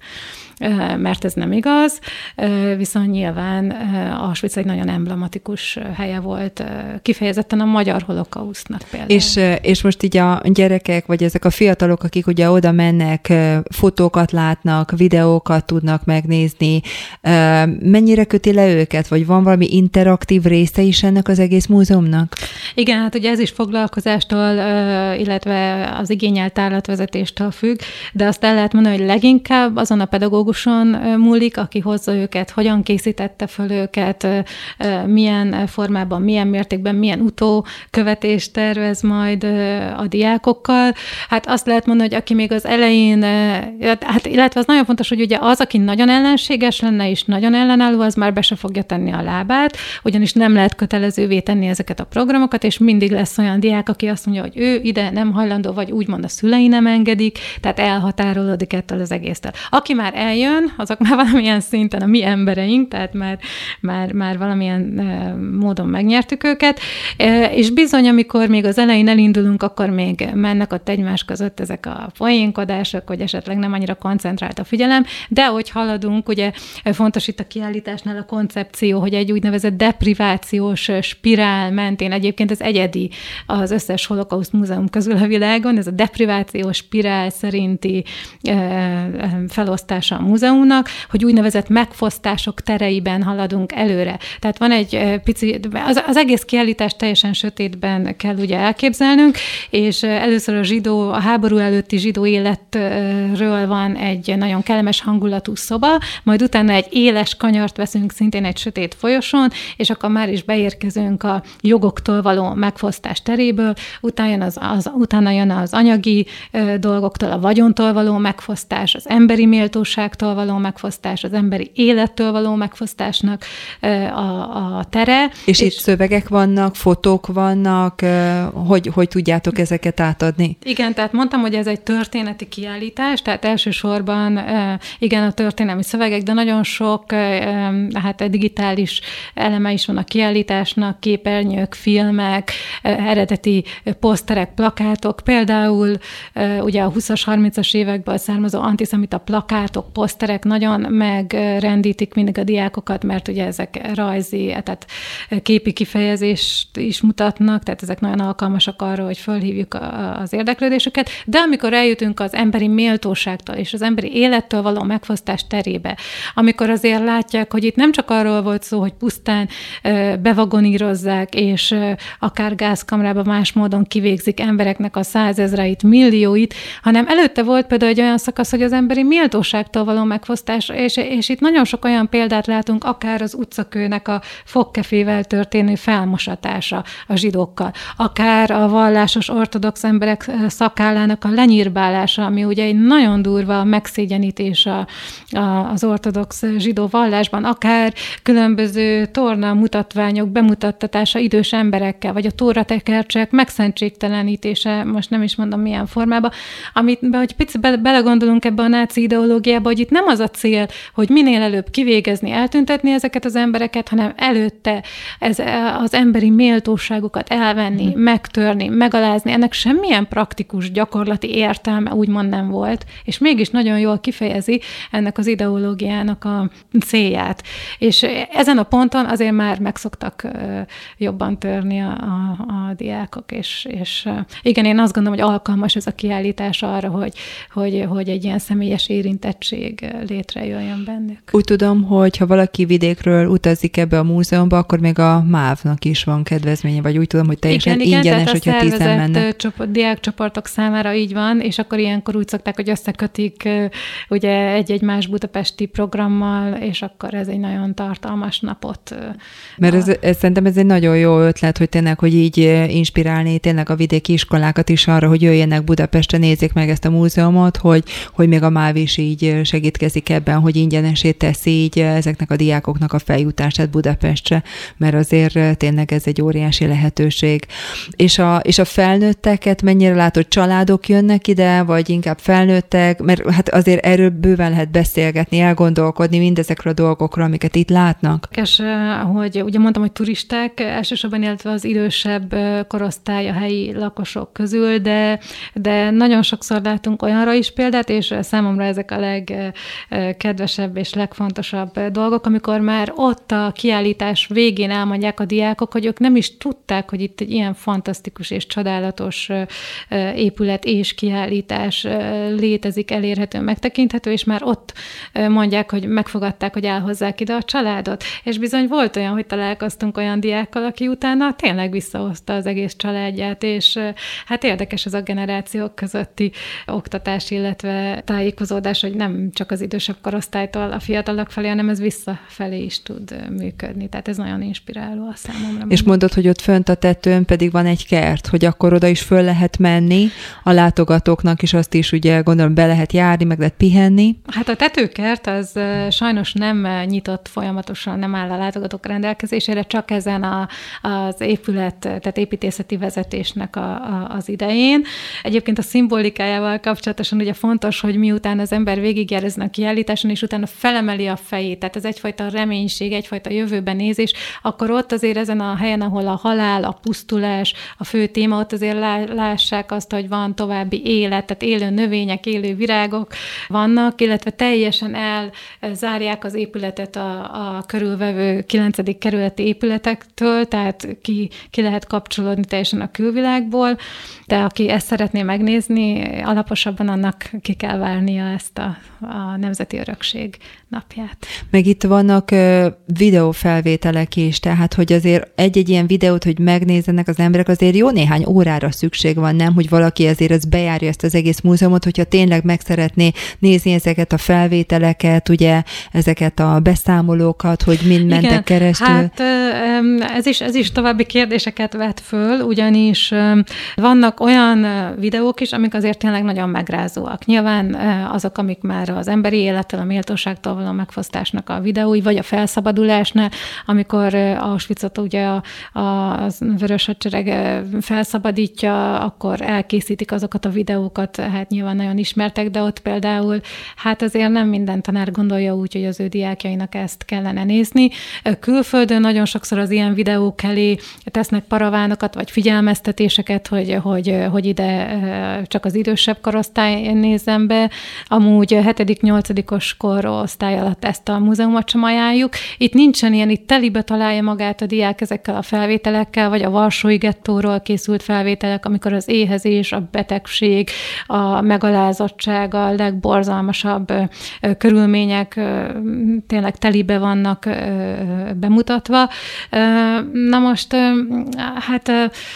mert ez nem igaz, viszont nyilván Auschwitz egy nagyon emblematikus helye volt, kifejezetten a magyar holokausztnak például. És, és most így a gyerekek, vagy ezek a fiatalok, akik ugye oda mennek, fotókat látnak, videókat tudnak megnézni, mennyire köti le őket, vagy van valami interaktív része is ennek az egész múzeumnak? Igen, hát ugye ez is foglalkozástól, illetve az igényelt tárlatvezetéstől függ, de azt el lehet mondani, hogy leginkább azon a pedagógus pedagóguson múlik, aki hozza őket, hogyan készítette föl őket, milyen formában, milyen mértékben, milyen utókövetést tervez majd a diákokkal. Hát azt lehet mondani, hogy aki még az elején, hát illetve az nagyon fontos, hogy ugye az, aki nagyon ellenséges lenne és nagyon ellenálló, az már be se fogja tenni a lábát, ugyanis nem lehet kötelezővé tenni ezeket a programokat, és mindig lesz olyan diák, aki azt mondja, hogy ő ide nem hajlandó, vagy úgymond a szülei nem engedik, tehát elhatárolódik ettől az egésztől. Aki már eljön, azok már valamilyen szinten a mi embereink, tehát már, már, már valamilyen módon megnyertük őket, és bizony, amikor még az elején elindulunk, akkor még mennek ott egymás között ezek a poénkodások, hogy esetleg nem annyira koncentrált a figyelem, de hogy haladunk, ugye fontos itt a kiállításnál a koncepció, hogy egy úgynevezett deprivációs spirál mentén, egyébként ez egyedi az összes holokauszt múzeum közül a világon, ez a deprivációs spirál szerinti felosztása a múzeumnak, hogy úgynevezett megfosztások tereiben haladunk előre. Tehát van egy pici, az, az egész kiállítást teljesen sötétben kell ugye elképzelnünk, és először a zsidó, a háború előtti zsidó életről van egy nagyon kellemes hangulatú szoba, majd utána egy éles kanyart veszünk szintén egy sötét folyosón, és akkor már is beérkezünk a jogoktól való megfosztás teréből, utána jön az, az, utána jön az anyagi ö, dolgoktól, a vagyontól való megfosztás, az emberi méltóságtól való megfosztás, az emberi élettől való megfosztásnak ö, a, a tere. És, és itt szövegek vannak, fotók vannak, ö, hogy, hogy tudjátok ezeket átadni? Igen, tehát mondtam, hogy ez egy történeti kiállítás, tehát elsősorban ö, igen, a történelmi szövegek, de nagyon sok ö, hát a digitális eleme is van a kiállításnak, képernyők, filmek, eredeti poszterek, plakátok, például ugye a húszas, harmincas évekből származó antiszemita plakátok, poszterek nagyon megrendítik mindig a diákokat, mert ugye ezek rajzi, tehát képi kifejezést is mutatnak, tehát ezek nagyon alkalmasak arra, hogy fölhívjuk az érdeklődésüket, de amikor eljutunk az emberi méltóságtól és az emberi élettől való megfosztás terébe, amikor azért látják, hogy itt nem csak arról volt szó, hogy pusztán bevagonírozzák, és akár gázkamrába más módon kivégzik embereknek a százezreit, millióit, hanem előtte volt például egy olyan szakasz, hogy az emberi méltóságtól való megfosztás, és, és itt nagyon sok olyan példát látunk, akár az utcakőnek a fogkefével történő felmosatása a zsidókkal, akár a vallásos ortodox emberek szakállának a lenyírbálása, ami ugye egy nagyon durva megszégyenítés a, a, az ortodox zsidó vallásban, akár különböző torna mutatványok bemutattatása idős emberekkel, vagy a tóratekercsek megszentségtelenítése, most nem is mondom milyen formában, amit, hogy picit be, belegondolunk ebbe a náci ideológiába, hogy itt nem az a cél, hogy minél előbb kivégezni, eltüntetni ezeket az embereket, hanem előtte ez, az emberi méltóságukat elvenni, mm. megtörni, megalázni. Ennek semmilyen praktikus, gyakorlati értelme úgymond nem volt, és mégis nagyon jól kifejezi ennek az ideológiának a célját. És ezen a ponton azért már megszoktak jobban törni a, a, a diákok, és, és igen, én azt gondolom, hogy alkalmas ez a kiállítás arra, hogy, hogy, hogy egy ilyen személyes érintettség létrejöjjön bennük. Úgy tudom, hogy ha valaki vidékről utazik ebbe a múzeumba, akkor még a mávnak is van kedvezménye, vagy úgy tudom, hogy teljesen igen, ingyenes, igen, hogyha tízen mennek. Csoport, diákcsoportok számára így van, és akkor ilyenkor úgy szokták, hogy összekötik ugye egy-egy más budapesti programmal, és akkor ez egy nagyon tartalmas napot. Mert ez, ez, szerintem ez egy nagyon jó ötlet, hogy tényleg, hogy így inspirálni tényleg a vidéki iskolákat is arra, hogy jöjjenek Budapestre, nézzék meg ezt a múzeumot, hogy, hogy még a MÁV is így segítkezik ebben, hogy ingyenesé teszi így ezeknek a diákoknak a feljutását Budapestre, mert azért tényleg ez egy óriási lehetőség. És a, és a felnőtteket mennyire látod, családok jönnek ide, vagy inkább felnőttek, mert hát azért erről bőven lehet beszélgetni, elgondolkodni mindezekről a dolgokról, amiket itt látnak. És hogy ugye mondtam, hogy turisták, elsősorban, illetve az idősebb korosztály a helyi lakosok közül, de, de nagyon sokszor látunk olyanra is példát, és számomra ezek a legkedvesebb és legfontosabb dolgok, amikor már ott a kiállítás végén elmondják a diákok, hogy ők nem is tudták, hogy itt egy ilyen fantasztikus és csodálatos épület és kiállítás létezik, elérhető, megtekinthető, és már ott mondják, hogy megfogadták, hogy elhozzák ide a családot. És bizony volt olyan, hogy találkoztunk olyan diákkal, aki utána tényleg visszahozta az egész családját, és hát érdekes ez a generációk közötti oktatás, illetve tájékozódás, hogy nem csak az idősebb korosztálytól a fiatalok felé, hanem ez visszafelé is tud működni. Tehát ez nagyon inspiráló a számomra. És mondod, hogy ott fönt a tetőn pedig van egy kert, hogy akkor oda is föl lehet menni, a látogatóknak is azt is ugye gondolom be lehet járni, meg lehet pihenni. Hát a tetőkert az sajnos nem nyitott folyamatosan, nem áll a látogatók rendelkezésére, csak ezen a, az épület, tehát építészeti vezetésnek a, a, az idején. Egyébként a szimbolikájával kapcsolatosan ugye fontos, hogy miután az ember végigjár ezen a kiállításon, és utána felemeli a fejét, tehát ez egyfajta reménység, egyfajta jövőben nézés, akkor ott azért ezen a helyen, ahol a halál, a pusztulás, a fő téma, ott azért lássák azt, hogy van további élet, tehát élő növények, élő virágok vannak, illetve teljesen elzárják az épületet a, a körülvevő kilencedik kerületi épületektől, tehát ki, ki lehet kapcsolódni teljesen a külvilágból, de aki ezt szeretné megnézni, alaposabban annak ki kell várnia ezt a, a Nemzeti Örökség napját. Meg itt vannak uh, videófelvételek is, tehát hogy azért egy-egy ilyen videót, hogy megnézzenek az emberek, azért jó néhány órára szükség van, nem, hogy valaki azért az bejárja ezt az egész múzeumot, hogyha tényleg meg szeretné nézni ezeket a felvételeket, ugye ezeket a beszámolókat, hogy mind mentek Igen, keresztül. Hát ez is, ez is további kérdéseket vet föl, ugyanis vannak olyan videók is, amik azért tényleg nagyon megrázóak. Nyilván azok, amik már az emberi élettől, a méltóságtól való megfosztásnak a videói, vagy a felszabadulásnál, amikor Auschwitzot ugye a, a Vörös Hadsereg felszabadítja, akkor elkészítik azokat a videókat, hát nyilván nagyon ismertek, de ott például hát azért nem minden tanár gondolja úgy, hogy az ő diákjainak ezt kellene nézni. Külföldön nagyon sokszor az ilyen videók elé tesznek paravánokat, vagy figyelmeztetéseket, hogy, hogy, hogy ide csak az idősebb korosztály nézzen be. Amúgy hetedik-nyolcadikos korosztály alatt ezt a múzeumot sem ajánljuk. Itt nincsen ilyen, itt telibe találja magát a diák ezekkel a felvételekkel, vagy a Varsói gettóról készült felvételek, amikor az éhezés, a betegség, a megalázottság, a legborzalmasabb körülmények tényleg telibe vannak bemutatva. Na most, hát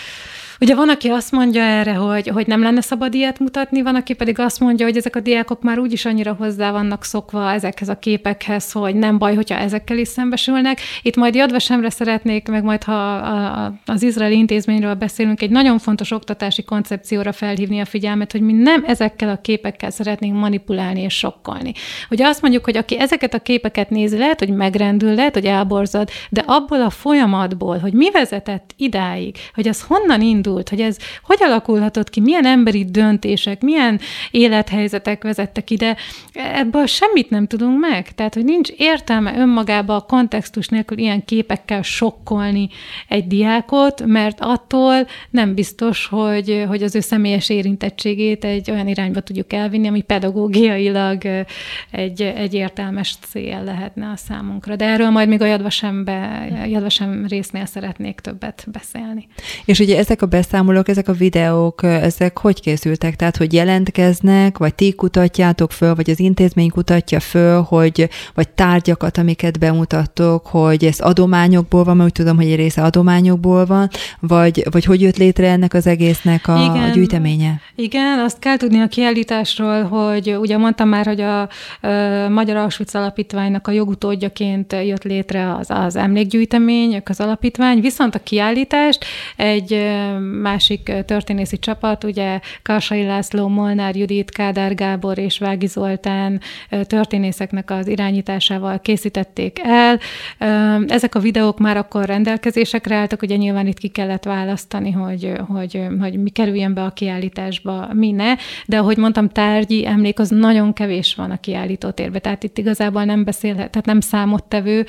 ugye van, aki azt mondja erre, hogy, hogy nem lenne szabad ilyet mutatni, van, aki pedig azt mondja, hogy ezek a diákok már úgyis annyira hozzá vannak szokva ezekhez a képekhez, hogy nem baj, hogyha ezekkel is szembesülnek. Itt majd Yad Vashemre szeretnék, meg majd, ha a, a, az izraeli intézményről beszélünk, egy nagyon fontos oktatási koncepcióra felhívni a figyelmet, hogy mi nem ezekkel a képekkel szeretnénk manipulálni és sokkolni. Ugye azt mondjuk, hogy aki ezeket a képeket nézi, lehet, hogy megrendül, lehet, hogy elborzad, de abból a folyamatból, hogy mi vezetett idáig, hogy ez honnan indul, hogy ez hogy alakulhatott ki, milyen emberi döntések, milyen élethelyzetek vezettek ide, ebből semmit nem tudunk meg. Tehát, hogy nincs értelme önmagába a kontextus nélkül ilyen képekkel sokkolni egy diákot, mert attól nem biztos, hogy, hogy az ő személyes érintettségét egy olyan irányba tudjuk elvinni, ami pedagógiailag egy, egy értelmes cél lehetne a számunkra. De erről majd még a Yad Vashembe, Yad Vashem résznél szeretnék többet beszélni. És ugye ezek a beszámolók, ezek a videók, ezek hogy készültek? Tehát, hogy jelentkeznek, vagy ti kutatjátok föl, vagy az intézmény kutatja föl, hogy, vagy tárgyakat, amiket bemutattok, hogy ez adományokból van, mert úgy tudom, hogy egy része adományokból van, vagy, vagy hogy jött létre ennek az egésznek a, igen, a gyűjteménye? Igen, azt kell tudni a kiállításról, hogy ugye mondtam már, hogy a, a Magyar Auschwitz Alapítványnak a jogutódjaként jött létre az, az emlékgyűjtemény, az alapítvány, viszont a kiállítást egy másik történészi csapat, ugye Karsai László, Molnár Judit, Kádár Gábor és Vági Zoltán történészeknek az irányításával készítették el. Ezek a videók már akkor rendelkezésekre álltak, ugye nyilván itt ki kellett választani, hogy, hogy, hogy mi kerüljen be a kiállításba, mi ne, de ahogy mondtam, tárgyi emlék az nagyon kevés van a kiállítótérben, tehát itt igazából nem beszélhet, tehát nem számottevő,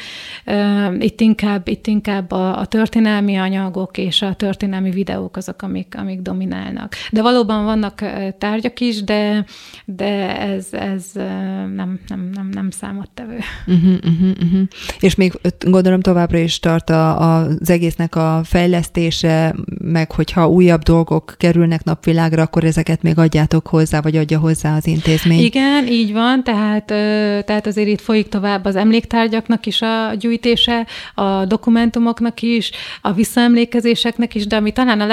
itt inkább, itt inkább a, a történelmi anyagok és a történelmi videók azok, amik, amik dominálnak. De valóban vannak tárgyak is, de, de ez, ez nem, nem, nem, nem számottevő. Uh-huh, uh-huh, uh-huh. És még gondolom továbbra is tart a, az egésznek a fejlesztése, meg hogyha újabb dolgok kerülnek napvilágra, akkor ezeket még adjátok hozzá, vagy adja hozzá az intézmény. Igen, így van, tehát, tehát azért itt folyik tovább az emléktárgyaknak is a gyűjtése, a dokumentumoknak is, a visszaemlékezéseknek is, de ami talán a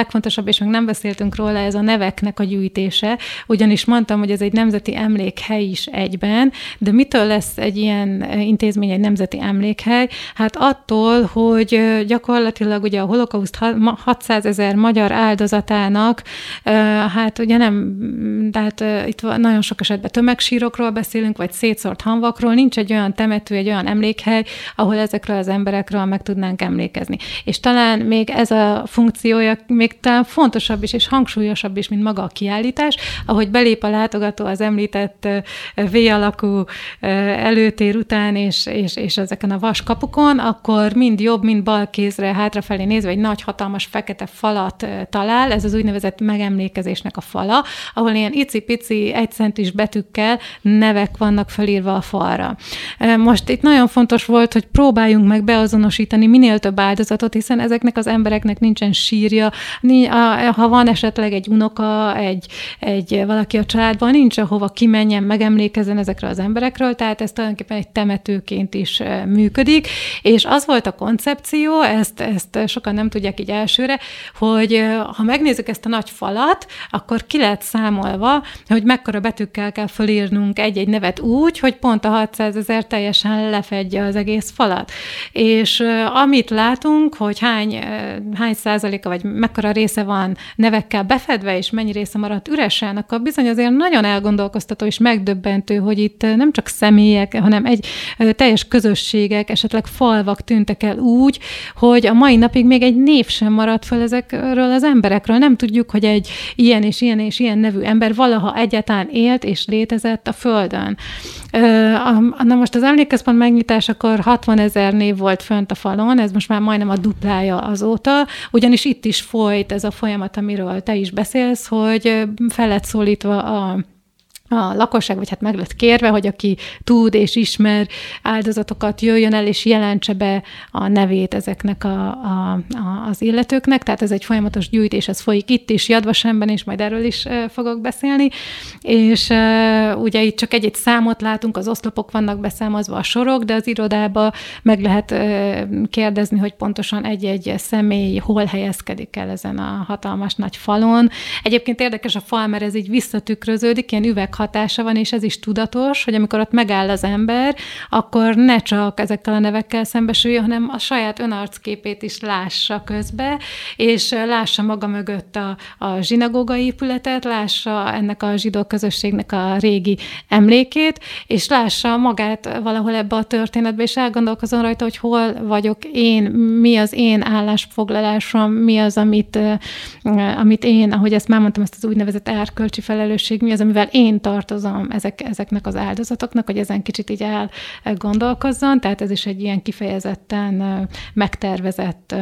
legfontosabb, és még nem beszéltünk róla, ez a neveknek a gyűjtése, ugyanis mondtam, hogy ez egy nemzeti emlékhely is egyben, de mitől lesz egy ilyen intézmény egy nemzeti emlékhely? Hát attól, hogy gyakorlatilag ugye a holokauszt hatszázezer magyar áldozatának, hát ugye nem, tehát itt nagyon sok esetben tömegsírokról beszélünk, vagy szétszórt hamvakról, nincs egy olyan temető, egy olyan emlékhely, ahol ezekről az emberekről meg tudnánk emlékezni. És talán még ez a funkciója még talán fontosabb is, és hangsúlyosabb is, mint maga a kiállítás, ahogy belép a látogató az említett V-alakú előtér után, és, és, és ezeken a vaskapukon, akkor mind jobb, mind bal kézre, hátrafelé nézve egy nagy, hatalmas fekete falat talál, ez az úgynevezett megemlékezésnek a fala, ahol ilyen icipici, egycentis betűkkel nevek vannak felírva a falra. Most itt nagyon fontos volt, hogy próbáljunk meg beazonosítani minél több áldozatot, hiszen ezeknek az embereknek nincsen sírja, ha van esetleg egy unoka, egy, egy valaki a családban, nincs ahova kimenjen, megemlékezzen ezekről az emberekről, tehát ez tulajdonképpen egy temetőként is működik, és az volt a koncepció, ezt, ezt sokan nem tudják így elsőre, hogy ha megnézzük ezt a nagy falat, akkor ki lehet számolva, hogy mekkora betűkkel kell fölírnunk egy-egy nevet úgy, hogy pont a hatszázezer teljesen lefedje az egész falat. És amit látunk, hogy hány, hány százaléka, vagy mekkora része van nevekkel befedve, és mennyi része maradt üresen, akkor bizony azért nagyon elgondolkoztató és megdöbbentő, hogy itt nem csak személyek, hanem egy teljes közösségek, esetleg falvak tűntek el úgy, hogy a mai napig még egy név sem maradt fel ezekről az emberekről. Nem tudjuk, hogy egy ilyen és ilyen és ilyen nevű ember valaha egyáltalán élt és létezett a Földön. Na most az emlékközpont megnyitásakor hatvanezer név volt fönt a falon, ez most már majdnem a duplája azóta, ugyanis itt is folyt ez a folyamat, amiről te is beszélsz, hogy fel lett szólítva a a lakosság, vagy hát meg lett kérve, hogy aki tud és ismer áldozatokat, jöjjön el és jelentse be a nevét ezeknek a, a, a, az illetőknek, tehát ez egy folyamatos gyűjtés, ez folyik itt is, Jadvasemben, és majd erről is uh, fogok beszélni, és uh, ugye itt csak egy-egy számot látunk, az oszlopok vannak beszámozva, a sorok, de az irodába meg lehet uh, kérdezni, hogy pontosan egy-egy személy hol helyezkedik el ezen a hatalmas nagy falon. Egyébként érdekes a fal, mert ez így visszatükröződik, ilyen üveg hatása van, és ez is tudatos, hogy amikor ott megáll az ember, akkor ne csak ezekkel a nevekkel szembesüljön, hanem a saját önarcképét is lássa közbe, és lássa maga mögött a, a zsinagóga épületet, lássa ennek a zsidó közösségnek a régi emlékét, és lássa magát valahol ebbe a történetbe, és elgondolkozom rajta, hogy hol vagyok én, mi az én állásfoglalásom, mi az, amit, amit én, ahogy ezt már mondtam, ezt az úgynevezett erkölcsi felelősség, mi az, amivel én tartozom ezek, ezeknek az áldozatoknak, hogy ezen kicsit így elgondolkozzon, tehát ez is egy ilyen kifejezetten megtervezett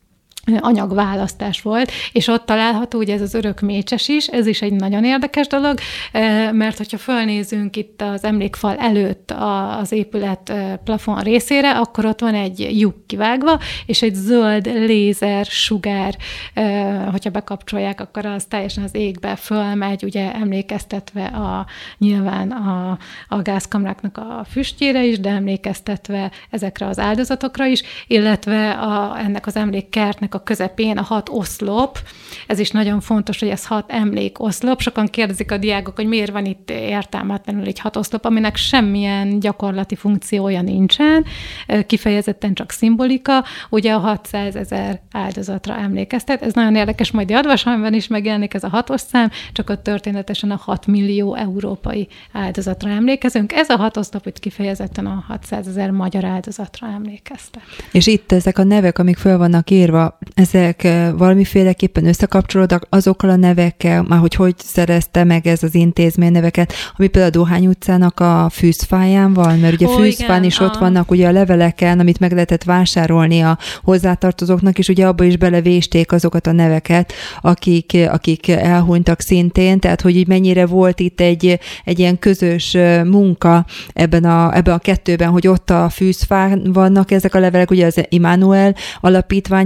anyagválasztás volt, és ott található ugye ez az örök mécses is, ez is egy nagyon érdekes dolog, mert hogyha fölnézünk itt az emlékfal előtt az épület plafon részére, akkor ott van egy lyuk kivágva, és egy zöld lézer sugár, hogyha bekapcsolják, akkor az teljesen az égbe fölmegy, ugye emlékeztetve a, nyilván a, a gázkamráknak a füstjére is, de emlékeztetve ezekre az áldozatokra is, illetve a, ennek az emlékkertnek a közepén a hat oszlop, ez is nagyon fontos, hogy ez hat emlékoszlop. Sokan kérdezik a diákok, hogy miért van itt értelmetlenül egy hat oszlop, aminek semmilyen gyakorlati funkciója nincsen, kifejezetten csak szimbolika, ugye a hatszázezer áldozatra emlékeztet. Ez nagyon érdekes, majd Jadvasemben is megjelenik ez a hatos szám, csak ott történetesen a hat millió európai áldozatra emlékezünk. Ez a hat oszlop itt kifejezetten a hatszázezer magyar áldozatra emlékeztet. És itt ezek a nevek, amik föl vannak írva, ezek valamiféleképpen összekapcsolódnak azokkal a nevekkel, már hogy hogy szerezte meg ez az intézmény neveket, ami például a Dohány utcának a fűzfáján van, mert ugye Ó, fűzfán igen, is a... ott vannak ugye a leveleken, amit meg lehetett vásárolni a hozzátartozóknak, és ugye abba is belevésték azokat a neveket, akik, akik elhunytak szintén, tehát hogy így mennyire volt itt egy, egy ilyen közös munka ebben a, ebben a kettőben, hogy ott a fűzfán vannak ezek a levelek, ugye az Immanuel alapítvány, amit ugye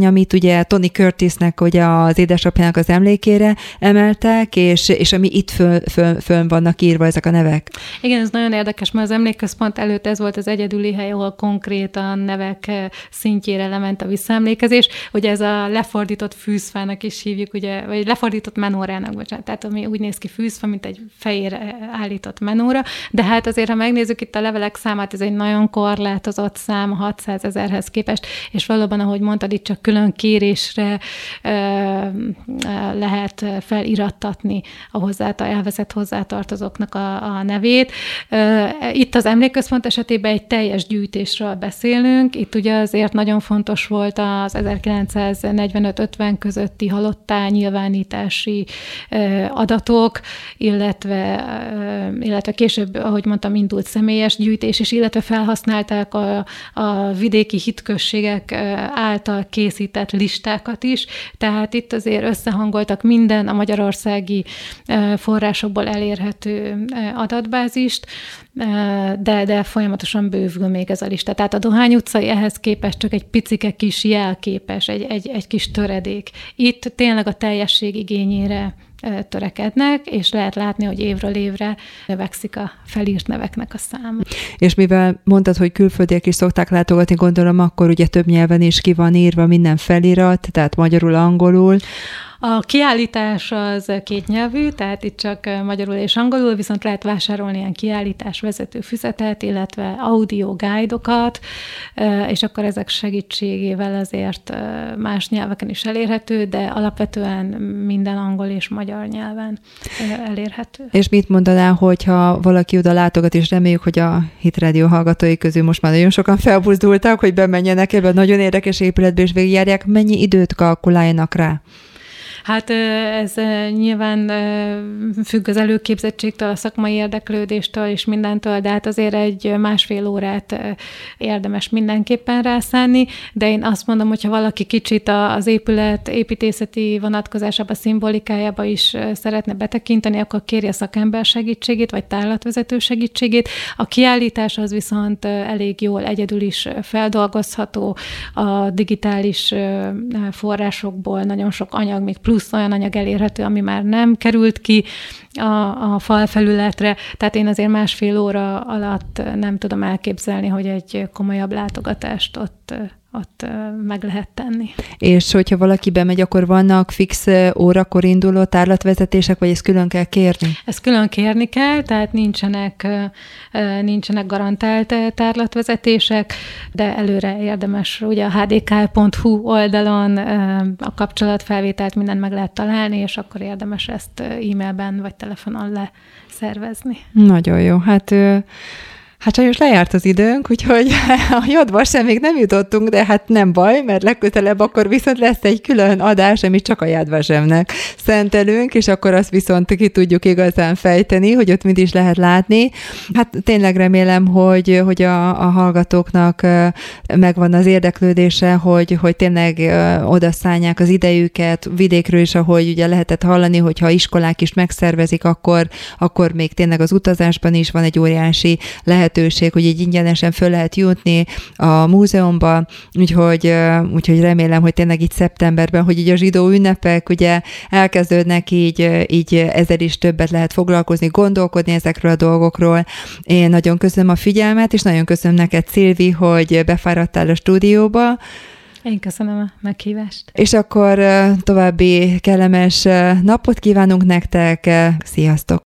ugye Tony Curtisnek, ugye az édesapjának az emlékére emeltek, és, és ami itt föl, föl, föl vannak írva ezek a nevek. Igen, ez nagyon érdekes, mert az emlékközpont előtt ez volt az egyedüli hely, ahol konkrétan nevek szintjére lement a visszaemlékezés. Ugye ez a lefordított fűzfának is hívjuk, ugye, vagy lefordított menórának, bocsánat, tehát ami úgy néz ki fűzfa, mint egy fejére állított menóra, de hát azért, ha megnézzük itt a levelek számát, ez egy nagyon korlátozott szám, hatszázezerhez képest, és valóban, ahogy mondtad, itt csak külön kérésre ö, ö, lehet felirattatni a hozzá, elvezett hozzátartozóknak a, a nevét. Itt az emlékközpont esetében egy teljes gyűjtésről beszélünk. Itt ugye azért nagyon fontos volt az ezerkilencszáznegyvenöt ötven közötti halottá nyilvánítási adatok, illetve, illetve később, ahogy mondtam, indult személyes gyűjtés, és illetve felhasználták a, a vidéki hitközségek által készített listákat is, tehát itt azért összehangoltak minden a magyarországi forrásokból elérhető adatbázist, de, de folyamatosan bővül még ez a lista. Tehát a Dohány utcai ehhez képest csak egy picike kis jelképes, egy, egy, egy kis töredék. Itt tényleg a teljesség igényére törekednek, és lehet látni, hogy évről évre növekszik a felírt neveknek a száma. És mivel mondtad, hogy külföldiek is szokták látogatni, gondolom, akkor ugye több nyelven is ki van írva minden felirat, tehát magyarul, angolul. A kiállítás az kétnyelvű, tehát itt csak magyarul és angolul, viszont lehet vásárolni ilyen kiállítás vezető füzetet, illetve audio guide-okat, és akkor ezek segítségével azért más nyelveken is elérhető, de alapvetően minden angol és magyar nyelven elérhető. És mit mondanál, hogyha valaki oda látogat, és reméljük, hogy a Hit Radio hallgatói közül most már nagyon sokan felbuzdultak, hogy bemenjenek ebbe a nagyon érdekes épületbe, és végigjárják, mennyi időt kalkuláljanak rá? Hát ez nyilván függ az előképzettségtől, a szakmai érdeklődéstől és mindentől, de hát azért egy másfél órát érdemes mindenképpen rászánni, de én azt mondom, hogyha valaki kicsit az épület építészeti vonatkozásába, szimbolikájába is szeretne betekinteni, akkor kérje szakember segítségét, vagy tárlatvezető segítségét. A kiállítás az viszont elég jól egyedül is feldolgozható, a digitális forrásokból nagyon sok anyag, még plusz olyan anyag elérhető, ami már nem került ki a, a falfelületre, tehát én azért másfél óra alatt nem tudom elképzelni, hogy egy komolyabb látogatást ott, ott meg lehet tenni. És hogyha valaki bemegy, akkor vannak fix órakor induló tárlatvezetések, vagy ezt külön kell kérni? Ezt külön kérni kell, tehát nincsenek, nincsenek garantált tárlatvezetések, de előre érdemes, ugye a h d k pont h u oldalon a kapcsolatfelvételt mindent meg lehet találni, és akkor érdemes ezt e-mailben vagy telefonon leszervezni. Nagyon jó. Hát Hát sajnos lejárt az időnk, úgyhogy a Yad Vashem még nem jutottunk, de hát nem baj, mert legközelebb akkor viszont lesz egy külön adás, amit csak a Yad Vashemnek szentelünk, és akkor azt viszont ki tudjuk igazán fejteni, hogy ott mit is lehet látni. Hát tényleg remélem, hogy, hogy a, a hallgatóknak megvan az érdeklődése, hogy, hogy tényleg odaszállják az idejüket, vidékről is, ahogy ugye lehetett hallani, hogyha iskolák is megszervezik, akkor, akkor még tényleg az utazásban is van egy óriási lehetőség, hogy így ingyenesen föl lehet jutni a múzeumba, úgyhogy, úgyhogy remélem, hogy tényleg így szeptemberben, hogy így a zsidó ünnepek ugye elkezdődnek, így, így ezzel is többet lehet foglalkozni, gondolkodni ezekről a dolgokról. Én nagyon köszönöm a figyelmet, és nagyon köszönöm neked, Szilvi, hogy befáradtál a stúdióba. Én köszönöm a meghívást. És akkor további kellemes napot kívánunk nektek. Sziasztok!